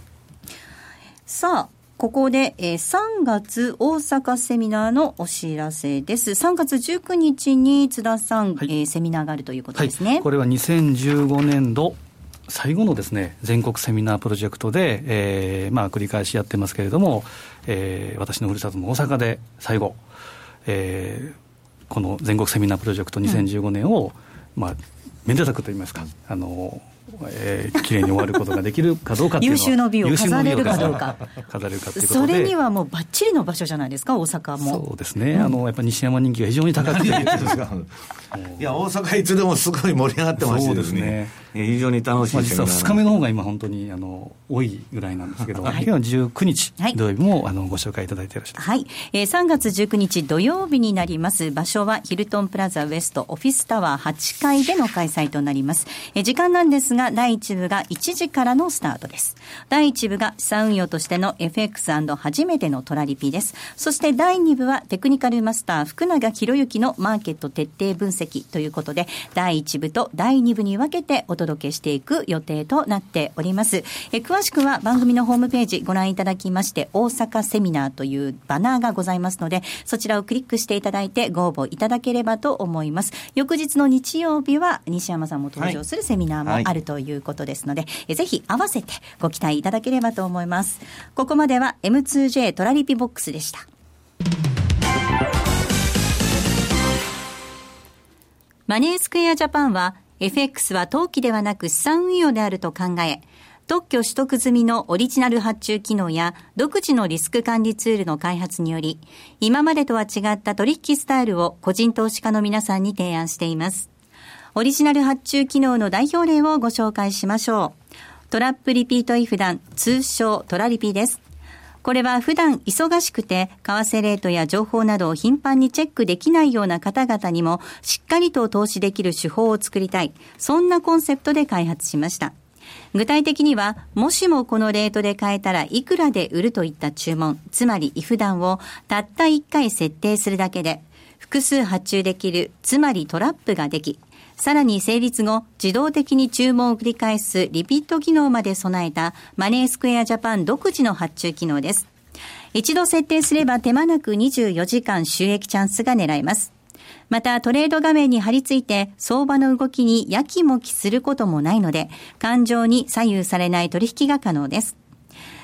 さあここで、えー、さんがつ大阪セミナーのお知らせです。さんがつじゅうくにちに津田さん、はい、えー、セミナーがあるということですね、 はい、これはにせんじゅうごねんど最後のですね全国セミナープロジェクトで、えーまあ、繰り返しやってますけれども、えー、私のふるさとの大阪で最後、えー、この全国セミナープロジェクトにせんじゅうごねんを、うん、まあ、めでたくといいますか、あのえー、きれいに終わることができるかどうかっていうのは優秀の美を飾れるかどうか飾れるかということで、 それにはもうバッチリの場所じゃないですか、大阪も。 そうですね、うん、あのやっぱり西山人気が非常に高くていや大阪いつでもすごい盛り上がってましてですね、非常に楽しい、まあ、 実はふつかめの方が今本当にあの多いぐらいなんですけど、はい、今日はじゅうくにち、はい、土曜日もあのご紹介いただいてよろしいですか。 はい、えー、さんがつじゅうくにち土曜日になります。場所はヒルトンプラザウエストオフィスタワーはちかいでの開催となります。えー、時間なんですがだいいち部がいちじからのスタートです。だいいち部が資産運用としての エフエックス& 初めてのトラリピです。そしてだいに部はテクニカルマスター福永博之のマーケット徹底分析ということで、だいいち部とだいに部に分けてお届けしていく予定となっております。え詳しくは番組のホームページご覧いただきまして、大阪セミナーというバナーがございますので、そちらをクリックしていただいてご応募いただければと思います。翌日の日曜日は西山さんも登場するセミナーもあるということですので、はいはい、えぜひ合わせてご期待いただければと思います。ここまでは エムツージェー トラリピボックスでした。マネースクエアジャパンは エフエックス は投機ではなく資産運用であると考え、特許取得済みのオリジナル発注機能や独自のリスク管理ツールの開発により、今までとは違った取引スタイルを個人投資家の皆さんに提案しています。オリジナル発注機能の代表例をご紹介しましょう。トラップリピートイフダン、通称トラリピです。これは普段忙しくて為替レートや情報などを頻繁にチェックできないような方々にもしっかりと投資できる手法を作りたい、そんなコンセプトで開発しました。具体的には、もしもこのレートで買えたらいくらで売るといった注文、つまりイフダンをたったいっかい設定するだけで複数発注できる、つまりトラップができ、さらに成立後自動的に注文を繰り返すリピート機能まで備えたマネースクエアジャパン独自の発注機能です。一度設定すれば手間なくにじゅうよじかん収益チャンスが狙えます。またトレード画面に貼り付いて相場の動きにやきもきすることもないので、感情に左右されない取引が可能です。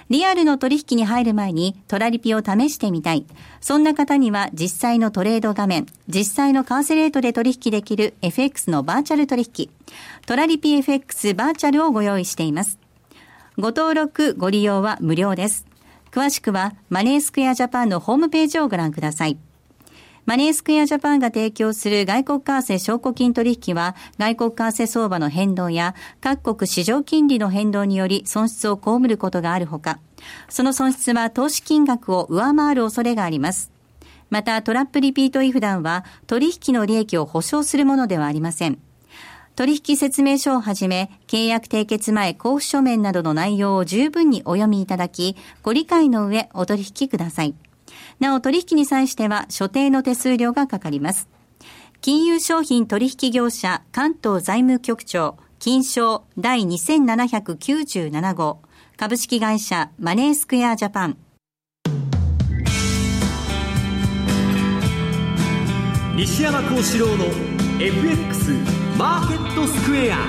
リアルの取引に入る前にトラリピを試してみたい。そんな方には実際のトレード画面、実際の為替レートで取引できる エフエックス のバーチャル取引、トラリピ エフエックス バーチャルをご用意しています。ご登録、ご利用は無料です。詳しくはマネースクエアジャパンのホームページをご覧ください。マネースクエアジャパンが提供する外国為替証拠金取引は、外国為替相場の変動や各国市場金利の変動により損失を被ることがあるほか、その損失は投資金額を上回る恐れがあります。また、トラップリピート違反は取引の利益を保証するものではありません。取引説明書をはじめ、契約締結前交付書面などの内容を十分にお読みいただき、ご理解の上お取引ください。なお、取引に際しては所定の手数料がかかります。金融商品取引業者関東財務局長金商第にせんななひゃくきゅうじゅうなな号株式会社マネースクエアジャパン。 西山幸四郎の エフエックス マーケットスクエア。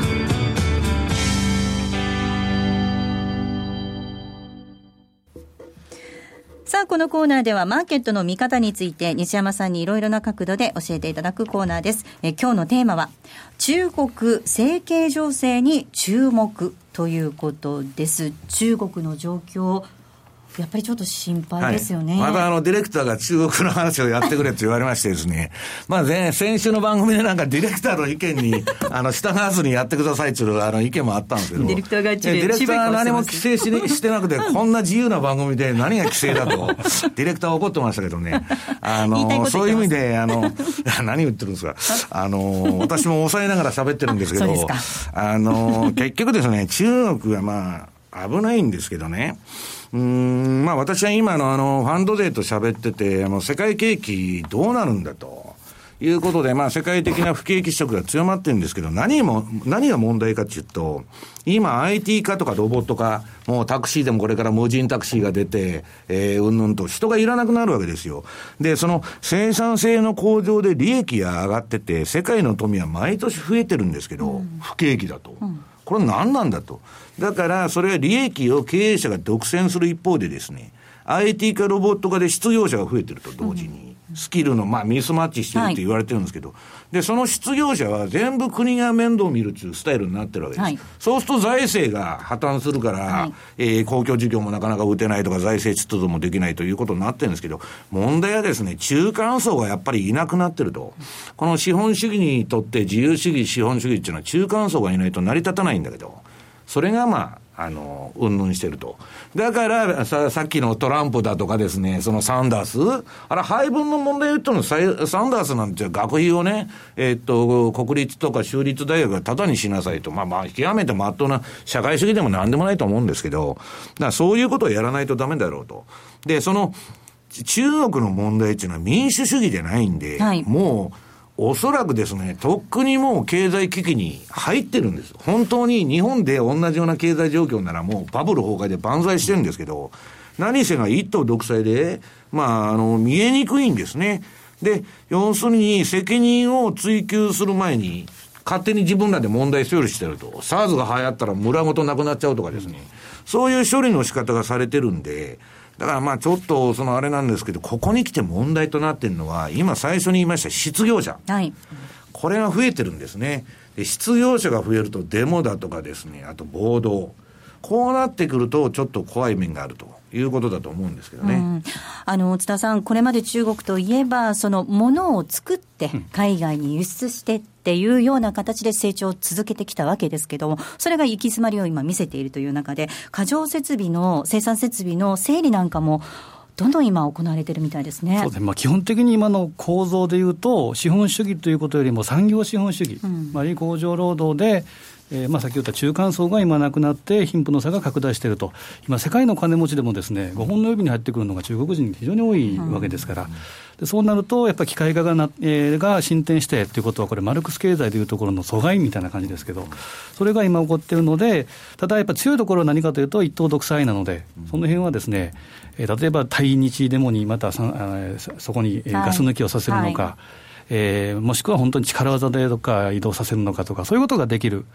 さあ、このコーナーではマーケットの見方について西山さんにいろいろな角度で教えていただくコーナーです。え今日のテーマは中国政経情勢に注目ということです。中国の状況、やっぱりちょっと心配ですよね。 はい、またあのディレクターが中国の話をやってくれって言われましてですねまあ前先週の番組でなんかディレクターの意見にあの従わずにやってくださいっていうあの意見もあったんですけど、 ディレクターがディレクターは何も規制 し,、ね、してなくてこんな自由な番組で何が規制だとディレクターは怒ってましたけどね、あのそういう意味であの何言ってるんですか、あの私も抑えながら喋ってるんですけどあの結局ですね、中国はまあ危ないんですけどね、うーんまあ私は今のあのファンド勢と喋ってて、もう世界景気どうなるんだということで、まあ世界的な不景気色が強まってるんですけど、何も何が問題かっていうと、今 アイティー 化とかロボット化、もうタクシーでもこれから無人タクシーが出て、えー、うんぬんと人がいらなくなるわけですよ。で、その生産性の向上で利益が上がってて、世界の富は毎年増えてるんですけど、うん、不景気だと。うんこれ何なんだと。だからそれは利益を経営者が独占する一方でですね、アイティー 化ロボット化で失業者が増えてると同時に、うん、スキルのまあミスマッチしてるって言われてるんですけど、はい、でその失業者は全部国が面倒を見るっていうスタイルになってるわけです、はい、そうすると財政が破綻するから、はいえー、公共事業もなかなか打てないとか財政秩序もできないということになってるんですけど、問題はですね、中間層がやっぱりいなくなってると。この資本主義にとって自由主義資本主義っていうのは中間層がいないと成り立たないんだけど、それがまああの、うんぬんしてると。だからさ、さっきのトランプだとかですね、そのサンダース、あれ配分の問題を言ったの、サンダースなんて学費をね、えー、っと、国立とか州立大学がタダにしなさいと。まあまあ、極めて真っ当な社会主義でも何でもないと思うんですけど、だからそういうことをやらないとダメだろうと。で、その、中国の問題っていうのは民主主義じゃないんで、はい、もう、おそらくですね、とっくにもう経済危機に入ってるんです。本当に日本で同じような経済状況ならもうバブル崩壊で万歳してるんですけど、何せが一党独裁で、まあ、あの、見えにくいんですね。で、要するに責任を追及する前に、勝手に自分らで問題処理してると。SARS が流行ったら村ごとなくなっちゃうとかですね。そういう処理の仕方がされてるんで、だからまあちょっとそのあれなんですけど、ここに来て問題となっているのは、今最初に言いました失業者。はい。これが増えてるんですね。で、失業者が増えるとデモだとかですね、あと暴動。こうなってくるとちょっと怖い面があるということだと思うんですけどね。うん、 あの津田さん、これまで中国といえばその物を作って海外に輸出してっていうような形で成長を続けてきたわけですけども、それが行き詰まりを今見せているという中で、過剰設備の生産設備の整理なんかもどんどん今行われているみたいですね。 そうですね、まあ、基本的に今の構造でいうと資本主義ということよりも産業資本主義、うん、まあ、工場労働でえーまあ、先ほど言った中間層が今なくなって貧富の差が拡大していると。今世界の金持ちでもですね、ごほんの指に入ってくるのが中国人非常に多いわけですから、うん、でそうなるとやっぱり機械化がな、えー、が進展してということは、これマルクス経済でいうところの阻害みたいな感じですけど、それが今起こっているので、ただやっぱり強いところは何かというと一党独裁なので、その辺はですね、えー、例えば対日デモにまたそこにガス抜きをさせるのか、はいはい、えー、もしくは本当に力技でとか移動させるのかとか、そういうことができる。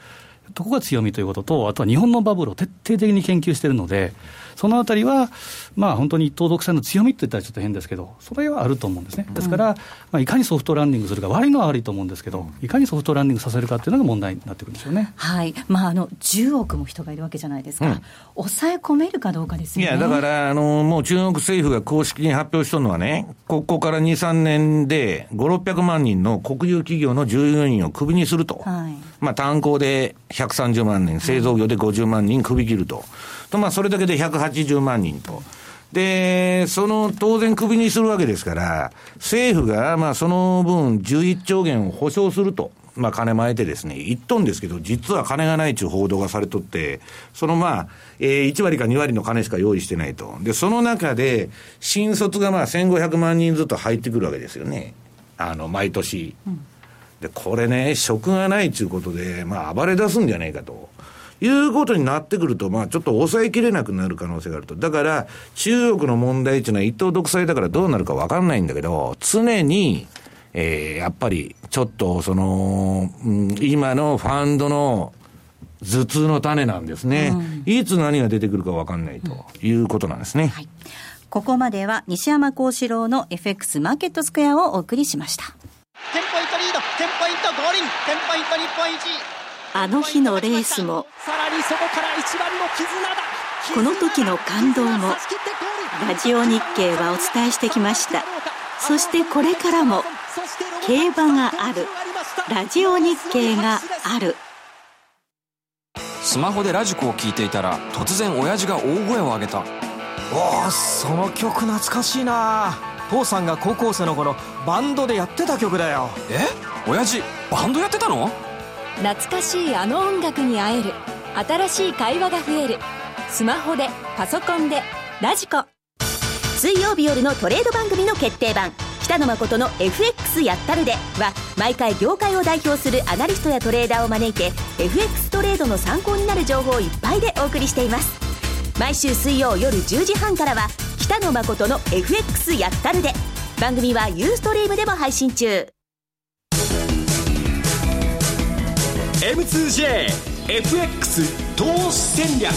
ここが強みということと、あとは日本のバブルを徹底的に研究しているので、そのあたりは、まあ、本当に一党独裁の強みって言ったらちょっと変ですけど、それはあると思うんですね。ですから、うん、まあ、いかにソフトランディングするか、悪いのは悪いと思うんですけど、いかにソフトランディングさせるかっていうのが問題になってくるんですよね。 はい、まあ、あのじゅうおくも人がいるわけじゃないですか、うん、抑え込めるかどうかですよね。 いやだからあのもう中国政府が公式に発表したのはね、ここからに、さんねんでごひゃく、ろっぴゃくまんにんの国有企業の従業員をクビにすると、はい、まあ、炭鉱でひゃくさんじゅうまんにん、製造業でごじゅうまんにんクビ切ると、と、まあ、それだけでひゃくはちじゅうまんにんと。で、その当然クビにするわけですから、政府がまあその分じゅういっちょうげんを保証すると、まあ、金まえてですね、言っとんですけど、実は金がないという報道がされとって、そのまあ、えー、いちわりかにわりの金しか用意してないと。で、その中で、新卒がまあせんごひゃくまんにんずつ入ってくるわけですよね。あの、毎年。うん、で、これね、職がないということで、まあ、暴れ出すんじゃないかと。いうことになってくると、まあ、ちょっと抑えきれなくなる可能性があると。だから、中国の問題というのは一党独裁だからどうなるか分かんないんだけど、常に、えー、やっぱり、ちょっと、その、うん、今のファンドの頭痛の種なんですね。うん、いつ何が出てくるか分かんないということなんですね。うん、はい、 ここまでは西山幸四郎の エフエックス マーケットスクエアをお送りしました。 テンポイントリード、テンポイントゴールイン、テンポイント日本一。 あの日のレースも、この時の感動も、ラジオ日経はお伝えしてきました。そしてこれからも、競馬がある、ラジオ日経がある。 スマホでラジコを聞いていたら、突然親父が大声を上げた。 おお、その曲懐かしいな。父さんが高校生の頃バンドでやってた曲だよ。 え、親父バンドやってたの？ 懐かしいあの音楽に会える。新しい会話が増える。スマホでパソコンでラジコ。 水曜日夜のトレード番組の決定版、北野誠の エフエックス やったるでは、毎回業界を代表するアナリストやトレーダーを招いて エフエックス トレードの参考になる情報いっぱいでお送りしています。毎週水曜夜じゅうじはんからは北野誠の エフエックス やったるで。番組はユーストリームでも配信中。 エムツージェーエフエックス 投資戦略。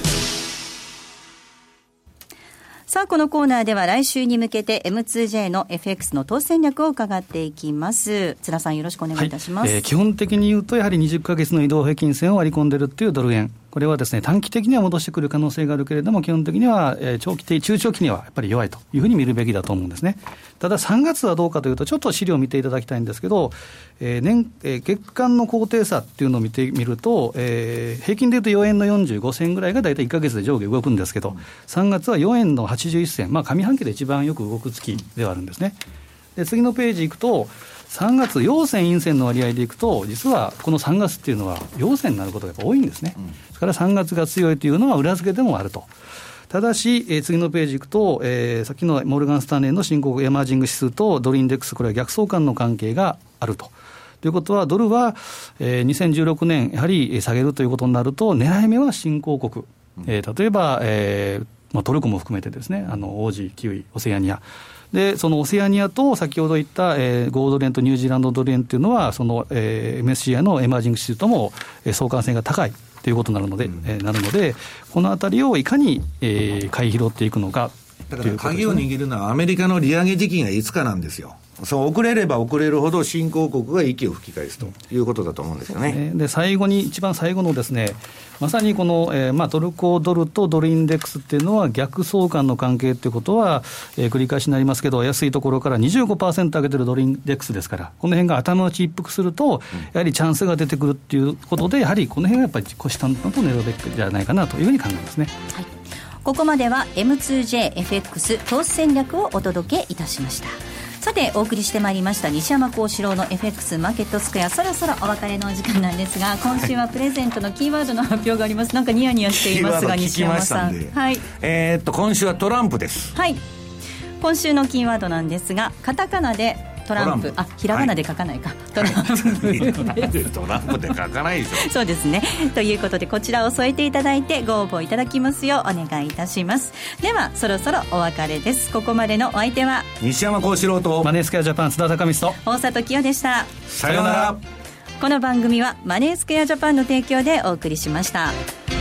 さあ、このコーナーでは来週に向けて エムツージェー の エフエックス の投資戦略を伺っていきます。津田さん、よろしくお願いいたします。 はい、えー、基本的に言うとやはりにじゅっかげつの移動平均線を割り込んでるっていうドル円、これはですね、短期的には戻してくる可能性があるけれども、基本的には、えー、長期的、中長期にはやっぱり弱いというふうに見るべきだと思うんですね。たださんがつはどうかというと、ちょっと資料を見ていただきたいんですけど、えー年えー、月間の高低差っていうのを見てみると、えー、平均でいうとよえんのよんじゅうごせんぐらいがだいたいいっかげつで上下動くんですけど、さんがつはよえんのはちじゅういっせん、まあ、上半期で一番よく動く月ではあるんですね。で、次のページ行くと、さんがつ陽線陰線の割合でいくと、実はこのさんがつっていうのは陽線になることがやっぱ多いんですね。うん、ですからさんがつが強いというのは裏付けでもあると。ただし、えー、次のページ行くと、えー、さっきのモルガンスタンレーの新興国エマージング指数とドルインデックス、これは逆相関の関係があると。ということは、ドルは、えー、にせんじゅうろくねんやはり下げるということになると、狙い目は新興国、うん、えー、例えば、えーまあ、トルコも含めてですね、あのオージー、キウイ、オセアニアで、そのオセアニアと先ほど言った、えー、ゴールド円とニュージーランドドル円というのは、その、えー、エムエスシーアイ のエマージング指数とも、えー、相関性が高いということになるので、うんえー、なるので、このあたりをいかに、えー、買い拾っていくのか。 だから鍵を握るのはアメリカの利上げ時期がいつかなんですよ。そう遅れれば遅れるほど新興国が息を吹き返すということだと思うんですよね。 で、最後に一番最後のですね、まさにこの、えーまあ、トルコドルとドルインデックスっていうのは逆相関の関係ということは、えー、繰り返しになりますけど、安いところから にじゅうごパーセント 上げてるドルインデックスですから、この辺が頭打ち一服すると、やはりチャンスが出てくるっていうことで、やはりこの辺はやっぱり虎視眈々と狙うべきじゃないかなというふうに考えますね。 はい、ここまでは エムツージェーエフエックス 投資戦略をお届けいたしました。さて、お送りしてまいりました西山幸四郎の エフエックス マーケットスクエア、そろそろお別れのお時間なんですが、今週はプレゼントのキーワードの発表があります。なんかニヤニヤしていますが、西山さん、はい、 えー、っと今週はトランプです。 はい、今週のキーワードなんですが、カタカナでトランプ、あ、ひらがなで書かないか、はい、トランプトランプで書かないでしょそうですね。ということで、こちらを添えていただいてご応募いただきますようお願いいたします。ではそろそろお別れです。ここまでのお相手は西山幸四郎とマネースクエアジャパン津田隆光と大里清でした。 さようなら。 この番組はマネースクエアジャパンの提供でお送りしました。